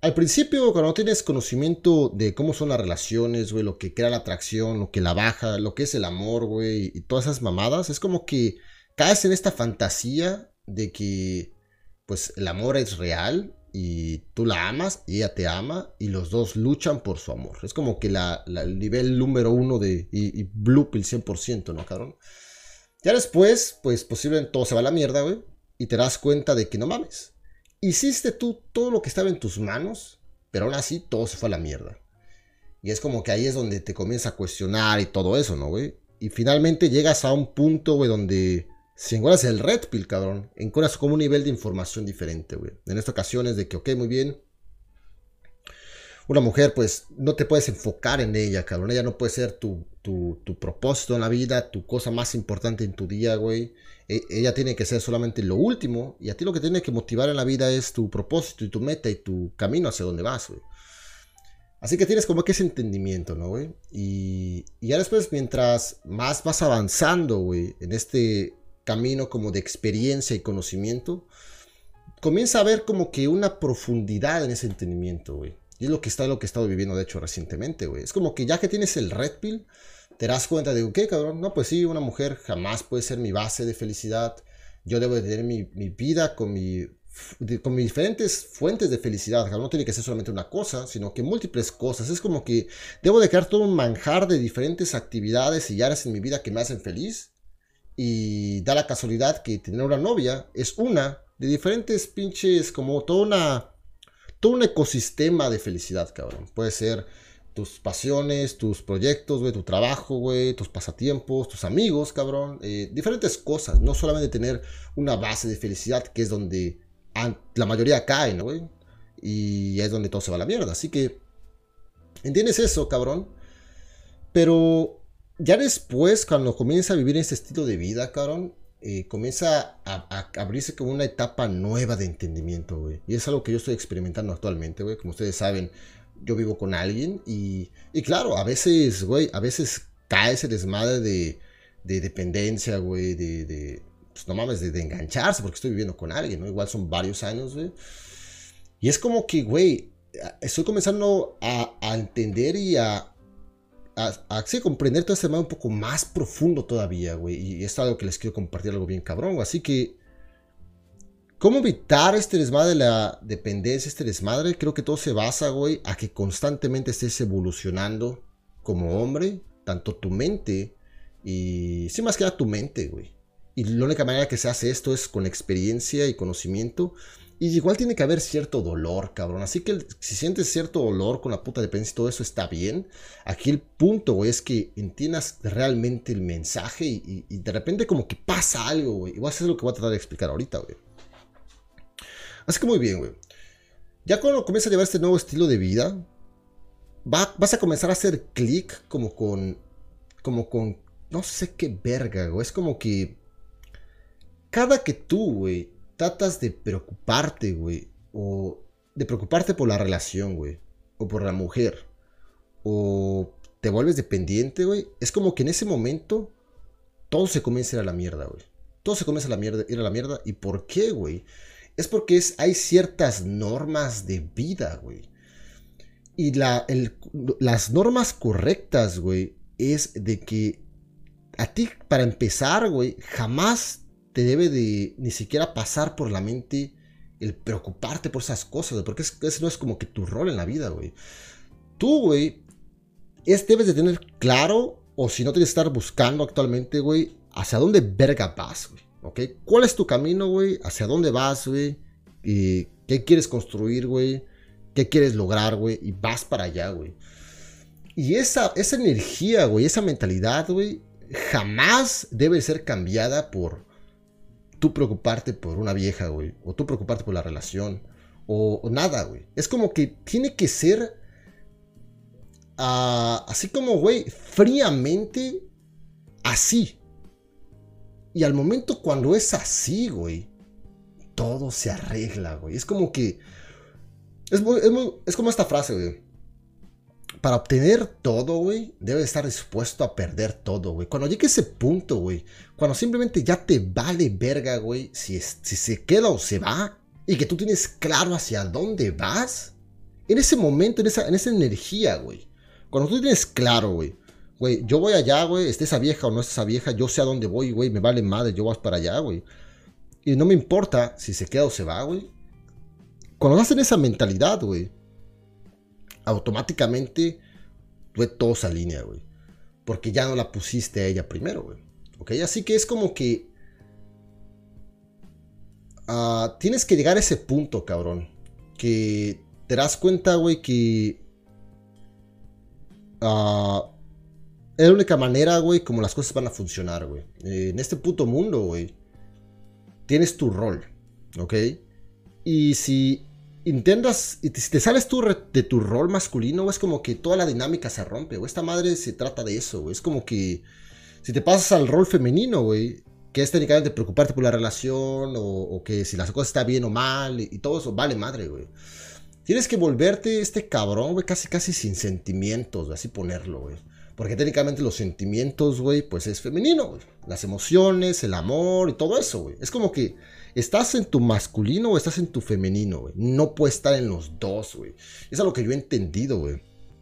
al principio, cuando no tienes conocimiento de cómo son las relaciones, güey, lo que crea la atracción, lo que la baja, lo que es el amor, güey, y todas esas mamadas, es como que caes en esta fantasía de que, pues, el amor es real y tú la amas y ella te ama y los dos luchan por su amor. Es como que el nivel número uno y Blue Pill 100%, ¿no, cabrón? Ya después, pues, posiblemente todo se va a la mierda, güey, y te das cuenta de que no mames. Hiciste tú todo lo que estaba en tus manos, pero aún así todo se fue a la mierda. Y es como que ahí es donde te comienza a cuestionar y todo eso, ¿no, güey? Y finalmente llegas a un punto, güey, donde si encuentras el red pill, cabrón, encuentras como un nivel de información diferente, güey. En esta ocasión es de que, ok, muy bien. Una mujer, pues, no te puedes enfocar en ella, cabrón. Ella no puede ser tu propósito en la vida, tu cosa más importante en tu día, güey. Ella tiene que ser solamente lo último. Y a ti lo que tiene que motivar en la vida es tu propósito y tu meta y tu camino hacia donde vas, güey. Así que tienes como que ese entendimiento, ¿no, güey? Y ya después, mientras más vas avanzando, güey, en este camino como de experiencia y conocimiento, comienza a haber como que una profundidad en ese entendimiento, güey. Y es lo que he estado viviendo, de hecho, recientemente, güey. Es como que ya que tienes el red pill, te das cuenta de, ¿qué, cabrón? No, pues sí, una mujer jamás puede ser mi base de felicidad. Yo debo de tener mi vida con mis diferentes fuentes de felicidad. Cabrón. No tiene que ser solamente una cosa, sino que múltiples cosas. Es como que debo de crear todo un manjar de diferentes actividades y áreas en mi vida que me hacen feliz. Y da la casualidad que tener una novia es una de diferentes pinches, como todo un ecosistema de felicidad, cabrón. Puede ser tus pasiones, tus proyectos, güey, tu trabajo, güey, tus pasatiempos, tus amigos, cabrón. Diferentes cosas, no solamente tener una base de felicidad, que es donde la mayoría cae, ¿no, güey? Y es donde todo se va a la mierda. Así que, ¿entiendes eso, cabrón? Pero ya después, cuando comienza a vivir ese estilo de vida, cabrón, comienza a abrirse como una etapa nueva de entendimiento, güey. Y es algo que yo estoy experimentando actualmente, güey. Como ustedes saben, yo vivo con alguien y claro, a veces, güey, a veces cae ese desmadre de dependencia, güey, pues no mames, de engancharse porque estoy viviendo con alguien, ¿no? Igual son varios años, güey. Y es como que, güey, estoy comenzando a entender y sí, comprender todo este tema un poco más profundo todavía, güey. Y es algo que les quiero compartir, algo bien cabrón, güey. Así que, ¿cómo evitar este desmadre de la dependencia, este desmadre? Creo que todo se basa, güey, a que constantemente estés evolucionando como hombre, tanto tu mente y, sí, más que nada tu mente, güey. Y la única manera que se hace esto es con experiencia y conocimiento. Y igual tiene que haber cierto dolor, cabrón. Así que si sientes cierto dolor con la puta dependencia y todo eso está bien. Aquí el punto, güey, es que entiendas realmente el mensaje y de repente como que pasa algo, güey. Igual eso es lo que voy a tratar de explicar ahorita, güey. Así que muy bien, güey. Ya cuando comienzas a llevar este nuevo estilo de vida, vas a comenzar a hacer clic como con, no sé qué verga, güey. Es como que cada que tú, güey, tratas de preocuparte, güey, o de preocuparte por la relación, güey, o por la mujer, o te vuelves dependiente, güey, es como que en ese momento todo se comienza a ir a la mierda, güey. Todo se comienza a ir a la mierda. ¿Y por qué, güey? Es porque hay ciertas normas de vida, güey. Y las normas correctas, güey, es de que a ti, para empezar, güey, jamás te debe de ni siquiera pasar por la mente el preocuparte por esas cosas, güey, porque ese no es como que tu rol en la vida, güey. Tú, güey, debes de tener claro, o si no tienes que estar buscando actualmente, güey, hacia dónde verga vas, güey, ¿ok? ¿Cuál es tu camino, güey? ¿Hacia dónde vas, güey? ¿Y qué quieres construir, güey? ¿Qué quieres lograr, güey? Y vas para allá, güey. Y esa energía, güey, esa mentalidad, güey, jamás debe ser cambiada por tú preocuparte por una vieja, güey, o tú preocuparte por la relación, o nada, güey. Es como que tiene que ser así como, güey, fríamente así. Y al momento cuando es así, güey, todo se arregla, güey. Es como que es como esta frase, güey. Para obtener todo, güey, debes estar dispuesto a perder todo, güey. Cuando llegue ese punto, güey, cuando simplemente ya te vale verga, güey, si se queda o se va, y que tú tienes claro hacia dónde vas, en ese momento, en esa energía, güey. Cuando tú tienes claro, güey. Güey, yo voy allá, güey, esté esa vieja o no esté esa vieja, yo sé a dónde voy, güey, me vale madre, yo voy para allá, güey. Y no me importa si se queda o se va, güey. Cuando estás en esa mentalidad, güey, automáticamente, güey, todo se alinea, güey. Porque ya no la pusiste a ella primero, güey. ¿Ok? Así que es como que tienes que llegar a ese punto, cabrón. Que te das cuenta, güey, que es la única manera, güey, como las cosas van a funcionar, güey. En este puto mundo, güey, tienes tu rol, ¿ok? Y si intentas, y si te sales tú de tu rol masculino, güey, es como que toda la dinámica se rompe, güey. Esta madre se trata de eso, güey. Es como que si te pasas al rol femenino, güey, que es técnicamente preocuparte por la relación, o que si las cosas están bien o mal, y todo eso, vale madre, güey. Tienes que volverte este cabrón, güey, casi casi sin sentimientos, güey, así ponerlo, güey. Porque técnicamente los sentimientos, güey, pues es femenino, güey. Las emociones, el amor y todo eso, güey. Es como que estás en tu masculino o estás en tu femenino, güey. No puedes estar en los dos, güey. Es algo que yo he entendido, güey.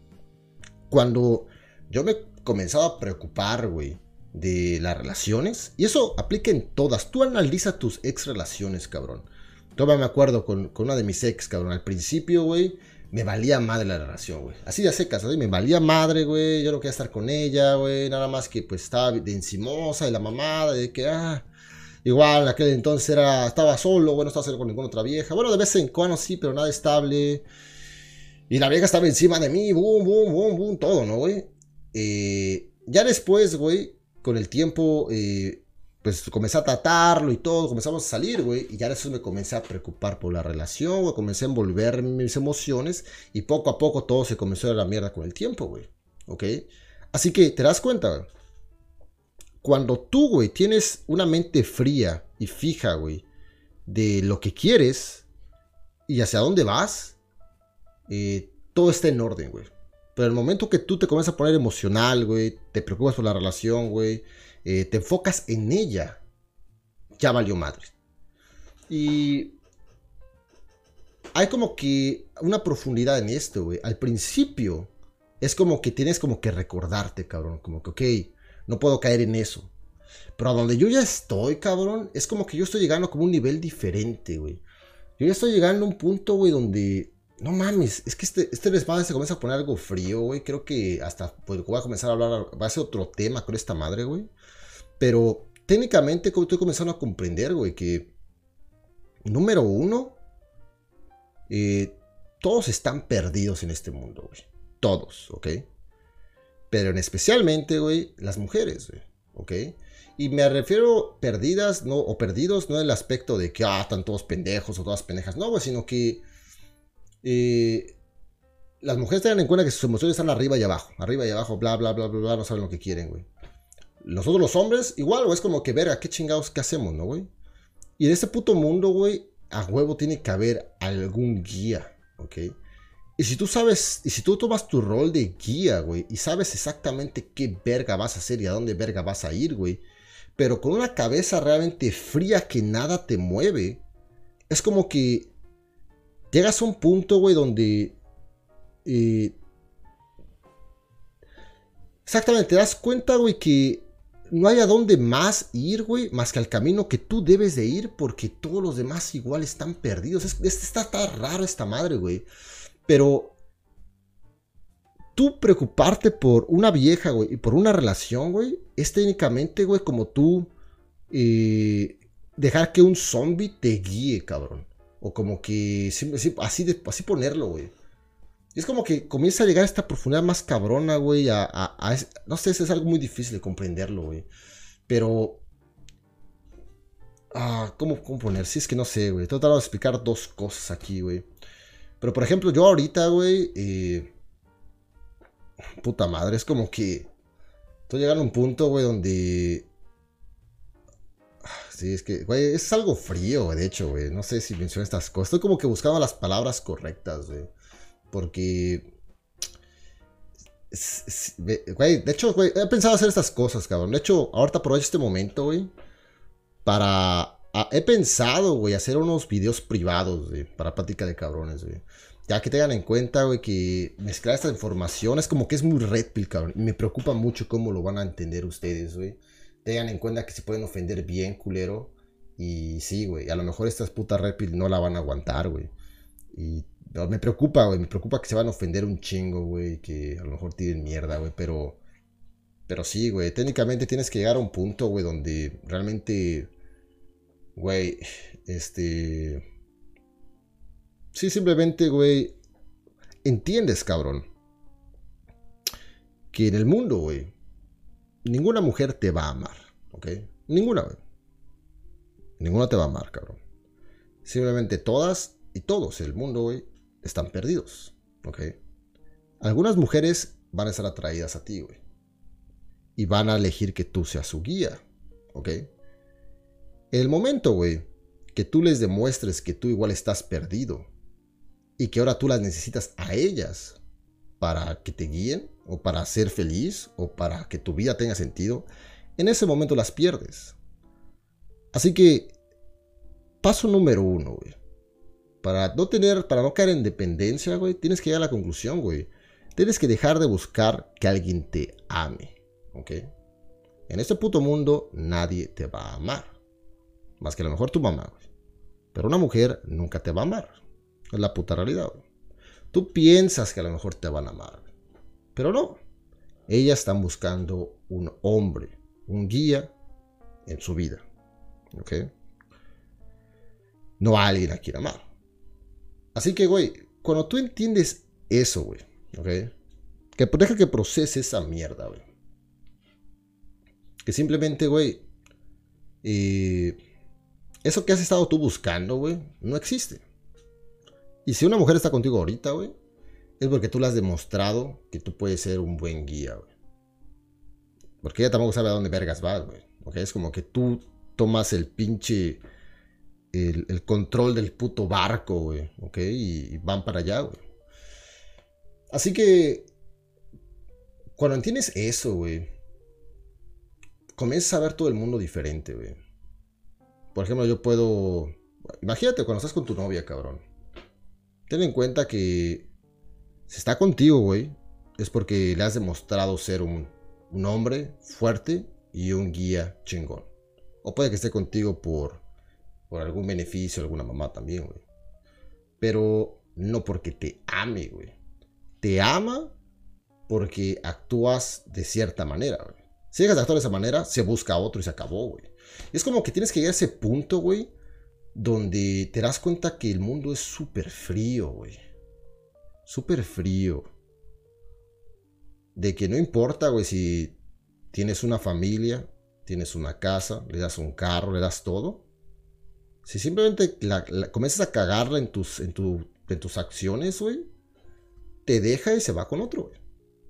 Cuando yo me comenzaba a preocupar, güey, de las relaciones, y eso aplica en todas. Tú analiza tus ex relaciones, cabrón. Todavía me acuerdo con una de mis ex, cabrón. Al principio, güey, me valía madre la relación, güey. Así de secas, ¿sabes? Me valía madre, güey. Yo no quería estar con ella, güey. Nada más que, pues, estaba de encimosa y la mamada de que, igual, en aquel entonces estaba solo, güey. No estaba solo con ninguna otra vieja. Bueno, de vez en cuando sí, pero nada estable. Y la vieja estaba encima de mí, boom, boom, boom, boom, todo, ¿no, güey? Ya después, güey, con el tiempo, pues comencé a tratarlo y todo, comenzamos a salir, güey, y ya después me comencé a preocupar por la relación, güey, comencé a envolver mis emociones y poco a poco todo se comenzó a ir a la mierda con el tiempo, güey, ¿ok? Así que te das cuenta, güey, cuando tú, güey, tienes una mente fría y fija, güey, de lo que quieres y hacia dónde vas, todo está en orden, güey. Pero el momento que tú te comienzas a poner emocional, güey, te preocupas por la relación, güey, te enfocas en ella, ya valió madre. Y hay como que una profundidad en esto, güey. Al principio es como que tienes como que recordarte, cabrón. Como que, ok, no puedo caer en eso. Pero a donde yo ya estoy, cabrón, es como que yo estoy llegando como a un nivel diferente, güey. Yo ya estoy llegando a un punto, güey, donde... No mames, es que este desmadre se comienza a poner algo frío, güey. Creo que hasta pues, voy a comenzar a hablar, va a ser otro tema con esta madre, güey. Pero técnicamente estoy comenzando a comprender, güey, que número uno, todos están perdidos en este mundo, güey. Todos, ¿ok? Pero en especialmente, güey, las mujeres, güey, ¿ok? Y me refiero perdidas, no, o perdidos, no en el aspecto de que, están todos pendejos o todas pendejas, no, güey, sino que las mujeres tengan en cuenta que sus emociones están arriba y abajo, bla, bla, bla, bla, bla, no saben lo que quieren, güey. Nosotros los hombres, igual, güey, es como que, verga, qué chingados, qué hacemos, ¿no, güey? Y en este puto mundo, güey, a huevo tiene que haber algún guía, ¿ok? Y si tú sabes, y si tú tomas tu rol de guía, güey, y sabes exactamente qué verga vas a hacer y a dónde verga vas a ir, güey, pero con una cabeza realmente fría que nada te mueve, es como que llegas a un punto, güey, donde... exactamente, te das cuenta, güey, que no hay a dónde más ir, güey, más que al camino que tú debes de ir, porque todos los demás igual están perdidos. Está raro esta madre, güey. Pero tú preocuparte por una vieja, güey, y por una relación, güey, es técnicamente, güey, como tú dejar que un zombie te guíe, cabrón. O como que así ponerlo, güey. Y es como que comienza a llegar a esta profundidad más cabrona, güey. No sé, es algo muy difícil de comprenderlo, güey. Pero... ¿cómo poner? Sí, es que no sé, güey. Estoy tratando de explicar dos cosas aquí, güey. Pero, por ejemplo, yo ahorita, güey... puta madre, es como que... Estoy llegando a un punto, güey, donde... Sí, es que, güey, es algo frío, güey, de hecho, güey. No sé si menciono estas cosas. Estoy como que buscando las palabras correctas, güey. Porque... Güey, de hecho, güey, he pensado hacer estas cosas, cabrón. De hecho, ahorita aprovecho este momento, güey. He pensado, güey, hacer unos videos privados, güey. Para plática de cabrones, güey. Ya que tengan en cuenta, güey, que mezclar esta información es como que es muy red pill, cabrón. Y me preocupa mucho cómo lo van a entender ustedes, güey. Tengan en cuenta que se pueden ofender bien, culero. Y sí, güey, a lo mejor estas putas red pill no la van a aguantar, güey. Y no, me preocupa, güey. Me preocupa que se van a ofender un chingo, güey. Que a lo mejor tiren mierda, güey. Pero sí, güey. Técnicamente tienes que llegar a un punto, güey, donde realmente, güey, este... Sí, simplemente, güey, entiendes, cabrón, que en el mundo, güey, ninguna mujer te va a amar, ¿ok? Ninguna, güey. Ninguna te va a amar, cabrón. Simplemente todas y todos en el mundo, güey, están perdidos, ¿ok? Algunas mujeres van a estar atraídas a ti, güey. Y van a elegir que tú seas su guía, ¿ok? El momento, güey, que tú les demuestres que tú igual estás perdido y que ahora tú las necesitas a ellas para que te guíen o para ser feliz o para que tu vida tenga sentido, en ese momento las pierdes. Así que, paso número uno, güey. Para no caer en dependencia, güey, tienes que llegar a la conclusión, güey. Tienes que dejar de buscar que alguien te ame, ¿ok? En este puto mundo nadie te va a amar. Más que a lo mejor tu mamá, güey. Pero una mujer nunca te va a amar. Es la puta realidad, güey. Tú piensas que a lo mejor te van a amar, güey. Pero no. Ellas están buscando un hombre, un guía en su vida, ¿ok? No a alguien a quien amar. Así que, güey, cuando tú entiendes eso, güey, ¿ok? Que deja que procese esa mierda, güey. Que simplemente, güey, eso que has estado tú buscando, güey, no existe. Y si una mujer está contigo ahorita, güey, es porque tú le has demostrado que tú puedes ser un buen guía, güey. Porque ella tampoco sabe a dónde vergas vas, güey. ¿Ok? Es como que tú tomas el pinche... El control del puto barco, güey. ¿Ok? Y van para allá, güey. Así que... Cuando entiendes eso, güey, comienzas a ver todo el mundo diferente, güey. Por ejemplo, yo puedo... Imagínate cuando estás con tu novia, cabrón. Ten en cuenta que... Si está contigo, güey, es porque le has demostrado ser un hombre fuerte y un guía chingón. O puede que esté contigo por algún beneficio, alguna mamá también, güey. Pero no porque te ame, güey. Te ama porque actúas de cierta manera, güey. Si dejas de actuar de esa manera, se busca otro y se acabó, güey. Es como que tienes que llegar a ese punto, güey, donde te das cuenta que el mundo es súper frío, güey. Súper frío. De que no importa, güey, si tienes una familia, tienes una casa, le das un carro, le das todo. Si simplemente comienzas a cagarla en tus acciones, güey, te deja y se va con otro, güey.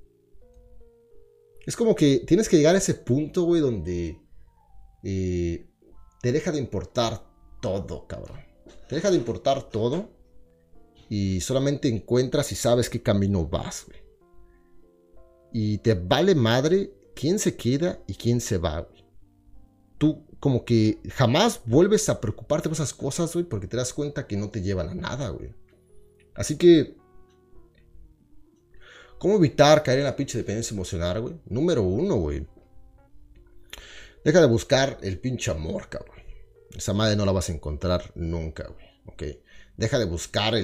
Es como que tienes que llegar a ese punto, güey, donde te deja de importar todo, cabrón. Te deja de importar todo y solamente encuentras y sabes qué camino vas, güey. Y te vale madre quién se queda y quién se va, güey. Tú como que jamás vuelves a preocuparte por esas cosas, güey, porque te das cuenta que no te llevan a nada, güey. Así que, ¿cómo evitar caer en la pinche dependencia emocional, güey? Número uno, güey. Deja de buscar el pinche amor, cabrón. Esa madre no la vas a encontrar nunca, güey. ¿Ok? Deja de buscar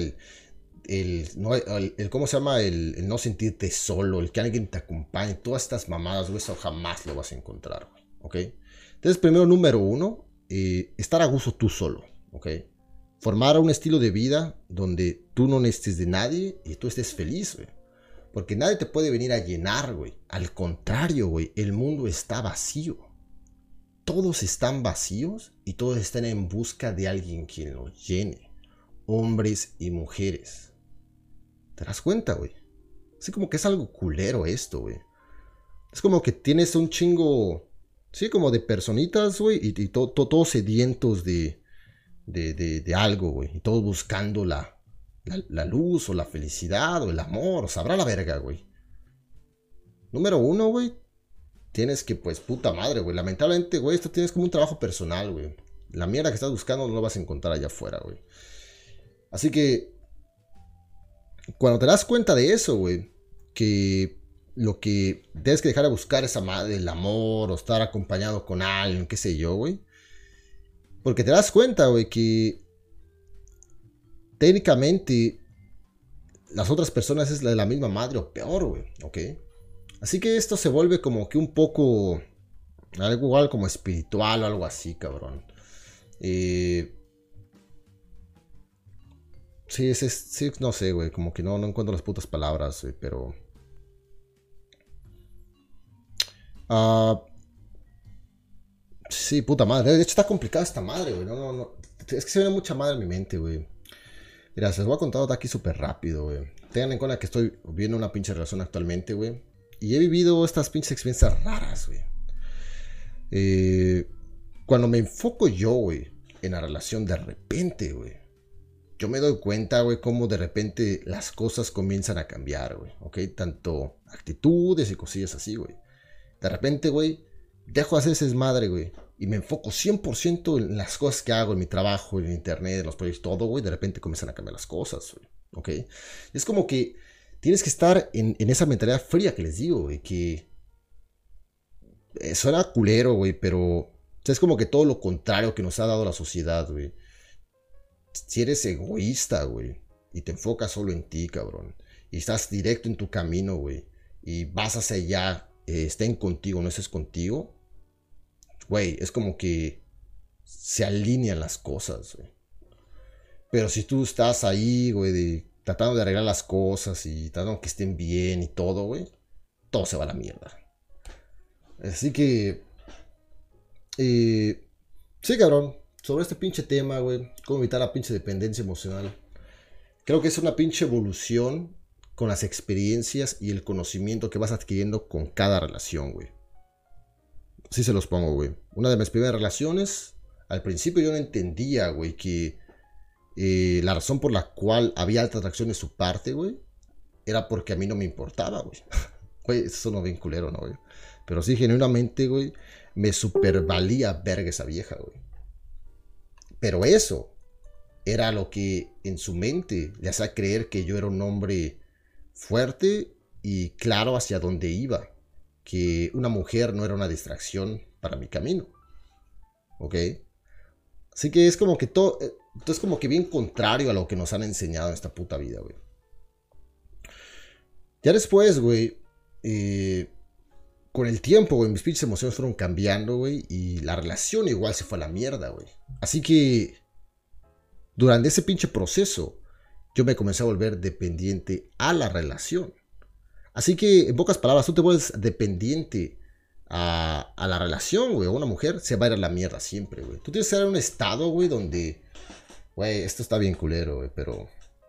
¿cómo se llama? El no sentirte solo, el que alguien te acompañe. Todas estas mamadas, güey, eso jamás lo vas a encontrar, güey. ¿Ok? Entonces, primero, número uno, estar a gusto tú solo, ¿ok? Formar un estilo de vida donde tú no necesites de nadie y tú estés feliz, güey. Porque nadie te puede venir a llenar, güey. Al contrario, güey, el mundo está vacío. Todos están vacíos y todos están en busca de alguien quien los llene. Hombres y mujeres. ¿Te das cuenta, güey? Así como que es algo culero esto, güey. Es como que tienes un chingo... Sí, como de personitas, güey, y todos sedientos de algo, güey. Y todos buscando la luz o la felicidad o el amor. Sabrá la verga, güey. Número uno, güey. Tienes que, pues, puta madre, güey. Lamentablemente, güey, esto tienes como un trabajo personal, güey. La mierda que estás buscando no lo vas a encontrar allá afuera, güey. Así que, Cuando te das cuenta de eso, güey, que lo que tienes que dejar de buscar esa madre, el amor o estar acompañado con alguien, qué sé yo, güey. Porque te das cuenta, güey, que técnicamente las otras personas es la de la misma madre o peor, güey, ¿ok? Así que esto se vuelve como que un poco, algo igual como espiritual o algo así, cabrón. Sí, sí, no sé, güey, como que no encuentro las putas palabras, güey, pero... ah, sí, puta madre. De hecho está complicada esta madre, güey. No. Es que se viene mucha madre en mi mente, güey. Mira, se los voy a contar aquí súper rápido, güey. Tengan en cuenta que estoy viviendo una pinche relación actualmente, güey. Y he vivido estas pinches experiencias raras, güey. Cuando me enfoco yo, güey, en la relación de repente, güey. Yo me doy cuenta, güey, cómo de repente las cosas comienzan a cambiar, güey. ¿Ok? Tanto actitudes y cosillas así, güey. De repente, güey, dejo de hacer ese desmadre, güey. Y me enfoco 100% en las cosas que hago, en mi trabajo, en internet, en los proyectos, todo, güey. De repente comienzan a cambiar las cosas, güey. ¿Ok? Es como que tienes que estar en esa mentalidad fría que les digo, güey. Que suena culero, güey, pero o sea, es como que todo lo contrario que nos ha dado la sociedad, güey. Si eres egoísta, güey, y te enfocas solo en ti, cabrón, y estás directo en tu camino, güey, y vas hacia allá, estén contigo, no estés contigo, güey, es como que se alinean las cosas, güey. Pero si tú estás ahí, güey, tratando de arreglar las cosas y tratando que estén bien y todo, güey, todo se va a la mierda. Así que, sí, cabrón, sobre este pinche tema, güey, cómo evitar la pinche dependencia emocional. Creo que es una pinche evolución con las experiencias y el conocimiento que vas adquiriendo con cada relación, güey. Sí se los pongo, güey. Una de mis primeras relaciones, al principio yo no entendía, güey, que la razón por la cual había alta atracción de su parte, güey, era porque a mí no me importaba, güey. Güey, eso no bien culero, ¿no, güey? Pero sí, genuinamente, güey, me supervalía verga esa vieja, güey. Pero eso era lo que en su mente le hacía creer que yo era un hombre fuerte y claro hacia dónde iba. Que una mujer no era una distracción para mi camino. ¿Ok? Así que es como que todo... Es como que bien contrario a lo que nos han enseñado en esta puta vida, güey. Ya después, güey, con el tiempo, güey, mis pinches emociones fueron cambiando, güey, y la relación igual se fue a la mierda, güey. Así que durante ese pinche proceso, yo me comencé a volver dependiente a la relación. Así que, en pocas palabras, tú te vuelves dependiente a la relación, güey, a una mujer, se va a ir a la mierda siempre, güey. Tú tienes que estar en un estado, güey, donde, güey, esto está bien culero, güey, pero...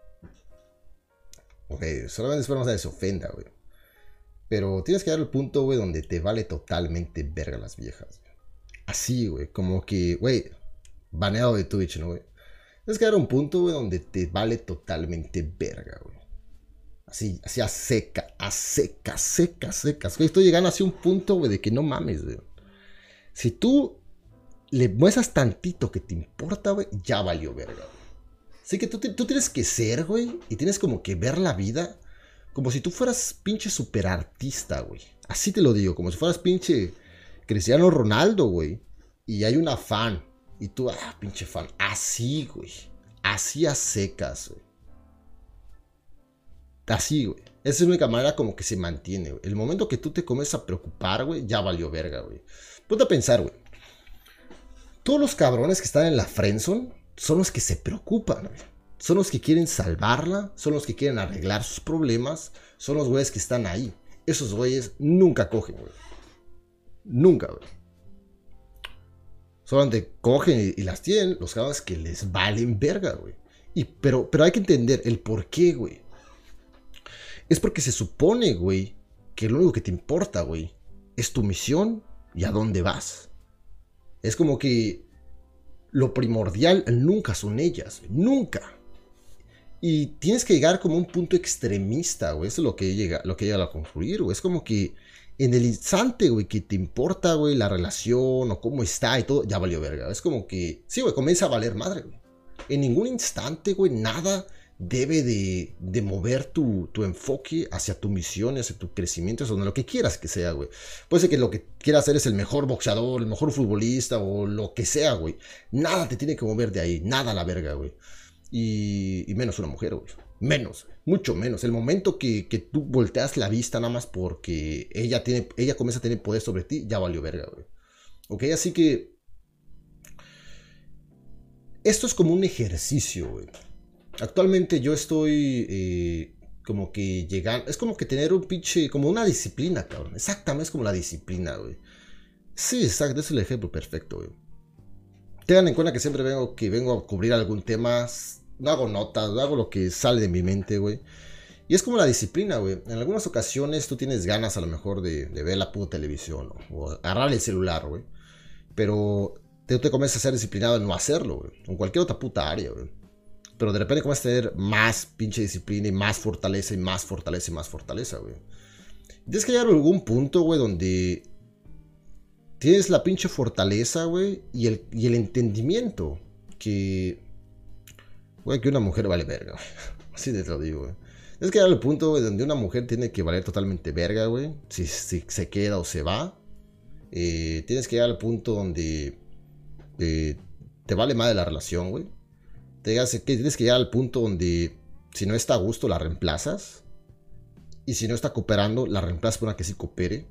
Ok, solamente esperamos a que se ofenda, güey. Pero tienes que llegar al punto, güey, donde te vale totalmente verga las viejas, güey. Así, güey, como que, güey, baneado de Twitch, ¿no, güey? Tienes que llegar a un punto, güey, donde te vale totalmente verga, güey. Así a secas. Güey, estoy llegando así a un punto, güey, de que no mames, güey. Si tú le muestras tantito que te importa, güey, ya valió verga, güey. Así que tú tienes que ser, güey, y tienes como que ver la vida como si tú fueras pinche super artista, güey. Así te lo digo, como si fueras pinche Cristiano Ronaldo, güey. Y hay una fan. Y tú, pinche fan. Así, güey. Así a secas, güey. Así, güey. Esa es la única manera como que se mantiene, güey. El momento que tú te comienzas a preocupar, güey, ya valió verga, güey. Ponte a pensar, güey. Todos los cabrones que están en la friendzone son los que se preocupan, güey. Son los que quieren salvarla, son los que quieren arreglar sus problemas, son los güeyes que están ahí. Esos güeyes nunca cogen, güey. Nunca, güey. Solamente cogen y las tienen los cabrones que les valen verga, güey. Pero hay que entender el por qué, güey. Es porque se supone, güey, que lo único que te importa, güey, es tu misión y a dónde vas. Es como que lo primordial nunca son ellas, nunca. Y tienes que llegar como a un punto extremista, güey. Eso es lo que llega a concluir, güey. Es como que en el instante, güey, que te importa, güey, la relación o cómo está y todo, ya valió verga. Es como que, sí, güey, comienza a valer madre, güey. En ningún instante, güey, nada debe de mover tu enfoque hacia tu misión, hacia tu crecimiento, hacia lo que quieras que sea, güey. Puede ser que lo que quieras hacer es el mejor boxeador, el mejor futbolista o lo que sea, güey. Nada te tiene que mover de ahí, nada a la verga, güey. Y menos una mujer, güey. Menos, mucho menos. El momento que tú volteas la vista nada más porque ella comienza a tener poder sobre ti, ya valió verga, güey. Ok, así que esto es como un ejercicio, güey. Actualmente yo estoy como que llegando. Es como que tener un pinche. Como una disciplina, cabrón. Exactamente, es como la disciplina, güey. Sí, exacto, es el ejemplo perfecto, güey. Tengan en cuenta que siempre vengo a cubrir algún tema. No hago notas, no hago lo que sale de mi mente, güey. Y es como la disciplina, güey. En algunas ocasiones tú tienes ganas a lo mejor de ver la puta televisión, ¿no? O agarrar el celular, güey. Pero tú te comienzas a ser disciplinado en no hacerlo, güey. En cualquier otra puta área, güey. Pero de repente comienzas a tener más pinche disciplina y más fortaleza y más fortaleza y más fortaleza, güey. Tienes que llegar a algún punto, güey, donde tienes la pinche fortaleza, güey, y el entendimiento que, güey, que una mujer vale verga, güey. Así te lo digo, güey. Tienes que llegar al punto, güey, donde una mujer tiene que valer totalmente verga, güey. Si se queda o se va. Tienes que llegar al punto donde te vale más de la relación, güey. Tienes que llegar al punto donde si no está a gusto la reemplazas. Y si no está cooperando, la reemplazas por una que sí coopere.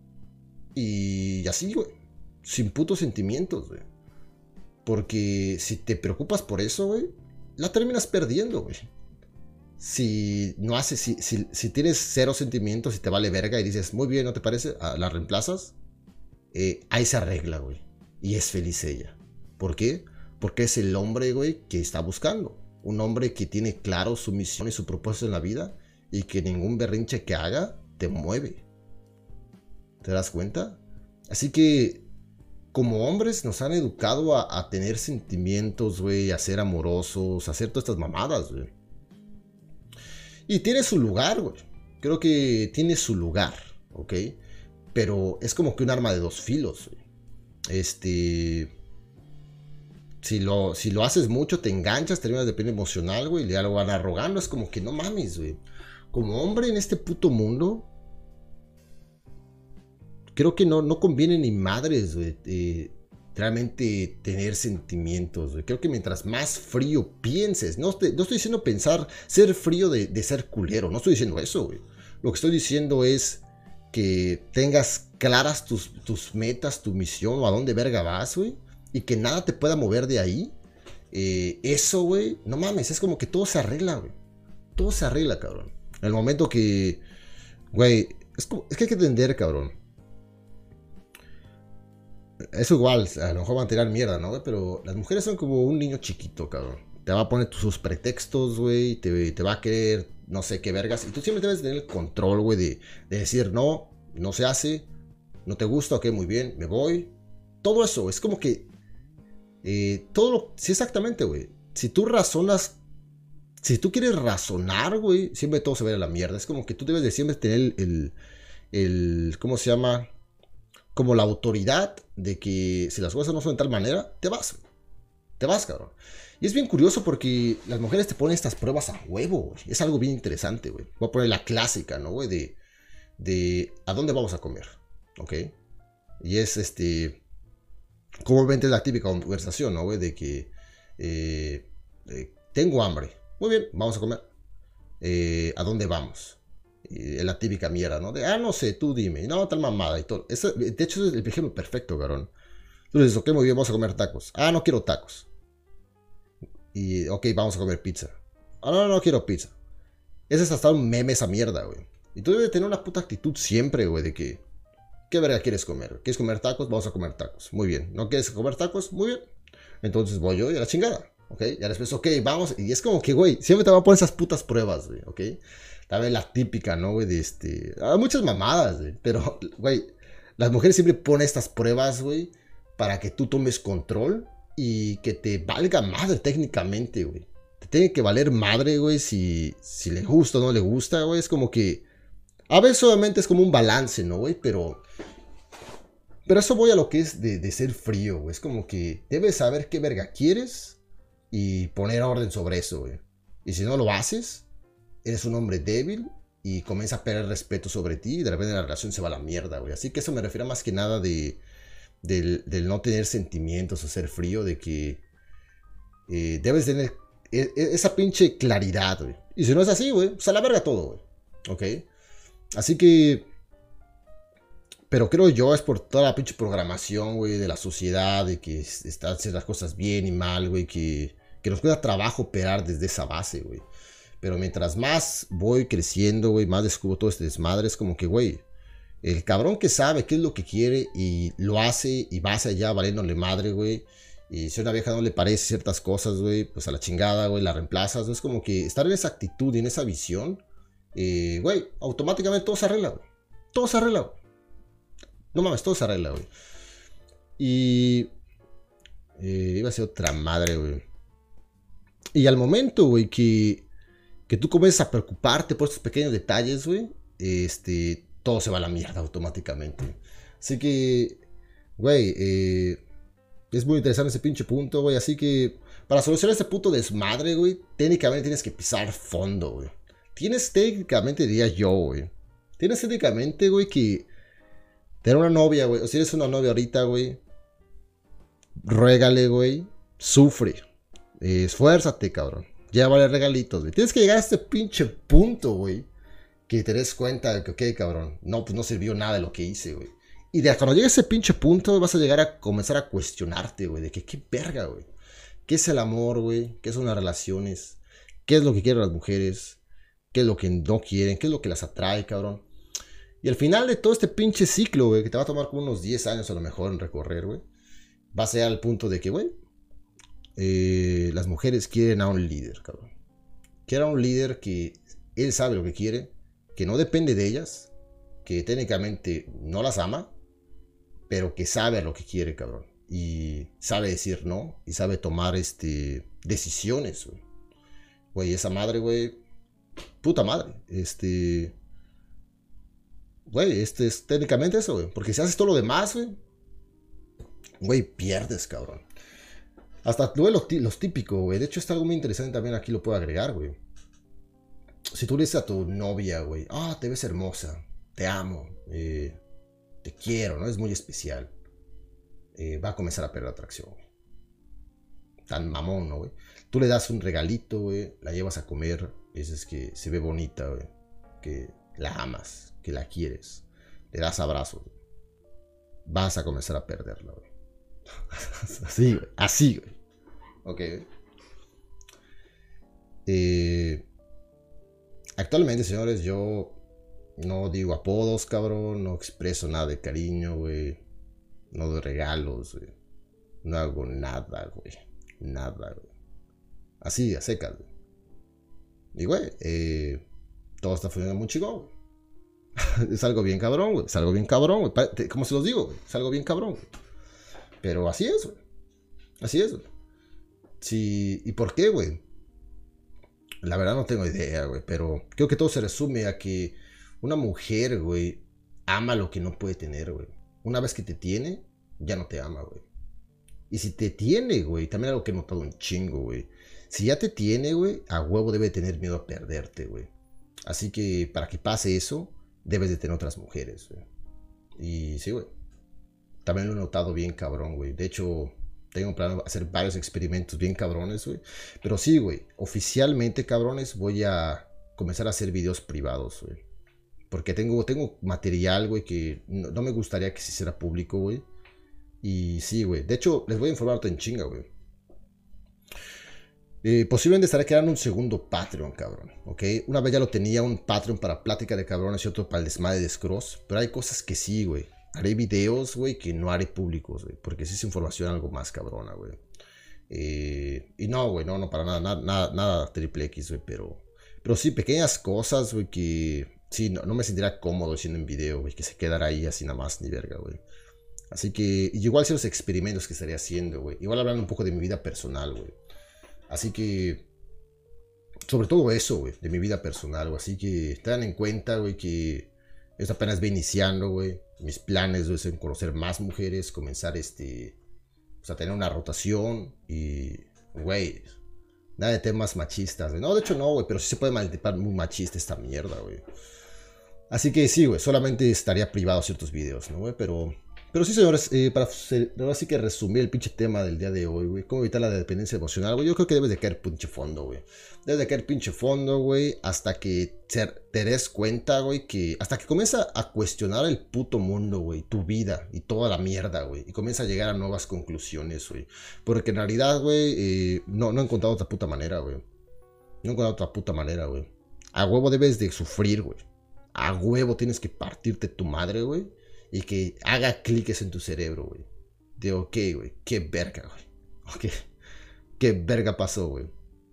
Y así, güey. Sin putos sentimientos, güey. Porque si te preocupas por eso, güey, la terminas perdiendo, güey. Si no haces, si tienes cero sentimientos y te vale verga y dices, muy bien, ¿no te parece? La reemplazas. Ahí se arregla, güey. Y es feliz ella. ¿Por qué? Porque es el hombre, güey, que está buscando. Un hombre que tiene claro su misión y su propósito en la vida. Y que ningún berrinche que haga te mueve. ¿Te das cuenta? Así que, como hombres, nos han educado a tener sentimientos, güey. A ser amorosos, a hacer todas estas mamadas, güey. Y tiene su lugar, güey. Creo que tiene su lugar, ¿ok? Pero es como que un arma de dos filos, güey. Si lo haces mucho, te enganchas, terminas de pena emocional, güey, y ya lo van arrogando. Es como que no mames, güey. Como hombre en este puto mundo, creo que no conviene ni madres, güey, realmente tener sentimientos, güey. Creo que mientras más frío pienses, no estoy diciendo pensar, ser frío de ser culero, no estoy diciendo eso, güey. Lo que estoy diciendo es que tengas claras tus metas, tu misión o a dónde verga vas, güey. Y que nada te pueda mover de ahí. Eso, güey, no mames, es como que todo se arregla, güey. Todo se arregla, cabrón. En el momento que, güey, es que hay que entender, cabrón. Eso igual, a lo mejor van a tirar mierda, ¿no, güey? Pero las mujeres son como un niño chiquito, cabrón. Te va a poner sus pretextos, güey. Te va a querer no sé qué vergas. Y tú siempre debes tener el control, güey, de decir no se hace, no te gusta, ok, muy bien, me voy. Todo eso, es como que sí, exactamente, güey. Si tú quieres razonar, güey, siempre todo se va a la mierda. Es como que tú debes de siempre tener ¿cómo se llama? Como la autoridad de que si las cosas no son de tal manera, te vas, cabrón. Y es bien curioso porque las mujeres te ponen estas pruebas a huevo, güey. Es algo bien interesante, güey. Voy a poner la clásica, ¿no, güey? De ¿a dónde vamos a comer? ¿Ok? Y es comúnmente es la típica conversación, ¿no, güey? De que tengo hambre. Muy bien, vamos a comer. ¿A dónde vamos? Es la típica mierda, ¿no? No sé, tú dime. No, tal mamada y todo. De hecho, es el ejemplo perfecto, cabrón. Tú dices, ok, muy bien, vamos a comer tacos. No quiero tacos. Y, ok, vamos a comer pizza. No quiero pizza. Ese es hasta un meme esa mierda, güey. Y tú debes tener una puta actitud siempre, güey, de que ¿qué verga quieres comer? ¿Quieres comer tacos? Vamos a comer tacos. Muy bien. ¿No quieres comer tacos? Muy bien. Entonces voy yo y a la chingada. ¿Ok? Ya después, ok, vamos. Y es como que, güey, siempre te va a poner esas putas pruebas, güey. ¿Ok? Tal la típica, ¿no, güey? Hay muchas mamadas, güey. Pero, güey, las mujeres siempre ponen estas pruebas, güey, para que tú tomes control y que te valga madre técnicamente, güey. Te tiene que valer madre, güey, si le gusta o no le gusta, güey. Es como que a veces obviamente es como un balance, ¿no, güey? Pero eso voy a lo que es de ser frío, güey. Es como que debes saber qué verga quieres y poner orden sobre eso, güey. Y si no lo haces, eres un hombre débil y comienza a perder respeto sobre ti y de repente la relación se va a la mierda, güey. Así que eso me refiero más que nada del no tener sentimientos o ser frío, de que debes tener esa pinche claridad, güey. Y si no es así, güey, pues a la verga todo, güey. ¿Ok? Así que... Pero creo yo es por toda la pinche programación, güey, de la sociedad, de que están haciendo las cosas bien y mal, güey, que nos cuesta trabajo operar desde esa base, güey. Pero mientras más voy creciendo, güey, más descubro todo este desmadre, es como que, güey, el cabrón que sabe qué es lo que quiere y lo hace y va hacia allá valiéndole madre, güey. Y si a una vieja no le parece ciertas cosas, güey, pues a la chingada, güey, la reemplazas. Es como que estar en esa actitud y en esa visión, güey, automáticamente todo se arregla, güey. Todo se arregla, güey. No mames, todo se arregla, güey. Y... iba a ser otra madre, güey. Y al momento, güey, que tú comienzas a preocuparte por estos pequeños detalles, güey, todo se va a la mierda automáticamente. Así que, güey, es muy interesante ese pinche punto, güey. Así que, para solucionar este puto desmadre, güey, técnicamente tienes que pisar fondo, güey. Tienes técnicamente, diría yo, güey. Tienes técnicamente, güey, que tener una novia, güey. O si eres una novia ahorita, güey, ruégale, güey. Sufre. Esfuérzate, cabrón. Llévale regalitos, güey. Tienes que llegar a este pinche punto, güey, que te des cuenta de que, ok, cabrón, no, pues no sirvió nada de lo que hice, güey. Y de cuando llegues a ese pinche punto, vas a llegar a comenzar a cuestionarte, güey, de que qué verga, güey. ¿Qué es el amor, güey? ¿Qué son las relaciones? ¿Qué es lo que quieren las mujeres? ¿Qué es lo que no quieren? ¿Qué es lo que las atrae, cabrón? Y al final de todo este pinche ciclo, güey, que te va a tomar como unos 10 años a lo mejor en recorrer, güey, va a ser al punto de que, güey, las mujeres quieren a un líder, cabrón. Quieren a un líder que él sabe lo que quiere, que no depende de ellas, que técnicamente no las ama, pero que sabe a lo que quiere, cabrón. Y sabe decir no, y sabe tomar decisiones, güey. Güey, esa madre, güey, puta madre. Güey, es técnicamente eso, güey. Porque si haces todo lo demás, güey, pierdes, cabrón. Hasta luego los típicos, güey. De hecho, está algo muy interesante también aquí, lo puedo agregar, güey. Si tú le dices a tu novia, güey, ah, te ves hermosa, te amo, te quiero, ¿no? Es muy especial. Va a comenzar a perder atracción, güey. Tan mamón, ¿no, güey? Tú le das un regalito, güey, la llevas a comer, dices que se ve bonita, güey, que la amas, que la quieres, le das abrazos, güey. Vas a comenzar a perderla, güey. Así, güey, así, güey. Ok, actualmente, señores, yo no digo apodos, cabrón, no expreso nada de cariño, güey. No doy regalos, güey. No hago nada, güey. Nada, güey. Así, a secas, güey. Y, güey, todo está funcionando muy chingón, güey. Es algo bien cabrón, güey. Es algo bien cabrón, güey. ¿Cómo se los digo, güey? Es algo bien cabrón, güey. Pero así es, güey. Así es, güey. Sí, ¿y por qué, güey? La verdad no tengo idea, güey. Pero creo que todo se resume a que una mujer, güey, ama lo que no puede tener, güey. Una vez que te tiene, ya no te ama, güey. Y si te tiene, güey, también algo que he notado un chingo, güey. Si ya te tiene, güey, a huevo debe tener miedo a perderte, güey. Así que para que pase eso, debes de tener otras mujeres, güey. Y sí, güey. También lo he notado bien cabrón, güey. De hecho, tengo planeado hacer varios experimentos bien cabrones, güey. Pero sí, güey. Oficialmente, cabrones, voy a comenzar a hacer videos privados, güey. Porque tengo material, güey, que no me gustaría que se hiciera público, güey. Y sí, güey. De hecho, les voy a informar en chinga, güey. Posiblemente estaré creando un segundo Patreon, cabrón. ¿Ok? Una vez ya lo tenía, un Patreon para plática de cabrones y otro para el desmadre de Scross. Pero hay cosas que sí, güey. Haré videos, güey, que no haré públicos, güey. Porque sí es información algo más cabrona, güey. Y no, güey, no, para nada triple X, güey. Pero sí, pequeñas cosas, güey, que sí, no me sentiría cómodo haciendo en video, güey. Que se quedara ahí así nada más, ni verga, güey. Así que, igual sé los experimentos que estaría haciendo, güey. Igual hablando un poco de mi vida personal, güey. Así que, sobre todo eso, güey, de mi vida personal, güey. Así que tengan en cuenta, güey, que esto apenas va iniciando, güey. Mis planes, güey, son conocer más mujeres, comenzar, pues a tener una rotación y, güey, Nada de temas machistas, güey. No, de hecho no, güey, pero sí se puede malinterpretar muy machista esta mierda, güey. Así que sí, güey, solamente estaría privado ciertos videos, ¿no, güey? Pero sí, señores, ahora sí que resumir el pinche tema del día de hoy, güey. Cómo evitar la dependencia emocional, güey. Yo creo que debes de caer pinche fondo, güey. Debes de caer pinche fondo, güey, hasta que te des cuenta, güey, que... Hasta que comienza a cuestionar el puto mundo, güey, tu vida y toda la mierda, güey. Y comienza a llegar a nuevas conclusiones, güey. Porque en realidad, güey, no he encontrado otra puta manera, güey. No he encontrado otra puta manera, güey. A huevo debes de sufrir, güey. A huevo tienes que partirte tu madre, güey. Y que haga cliques en tu cerebro, güey. De ok, güey. Qué verga, güey. Ok. Qué verga pasó, güey.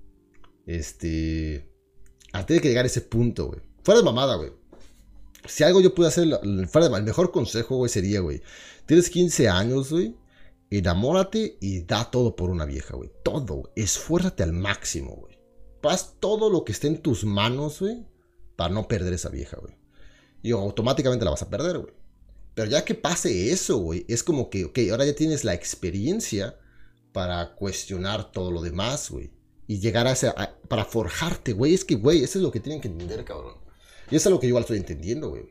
Tiene que llegar a ese punto, güey. Fuera de mamada, güey. Si algo yo pude hacer, el mejor consejo, güey, sería, güey. Tienes 15 años, güey. Enamórate y da todo por una vieja, güey. Todo, güey. Esfuérzate al máximo, güey. Haz todo lo que esté en tus manos, güey. Para no perder esa vieja, güey. Y automáticamente la vas a perder, güey. Pero ya que pase eso, güey, es como que, ok, ahora ya tienes la experiencia para cuestionar todo lo demás, güey. Y llegar para forjarte, güey. Es que, güey, eso es lo que tienen que entender, cabrón. Y eso es lo que yo igual estoy entendiendo, güey.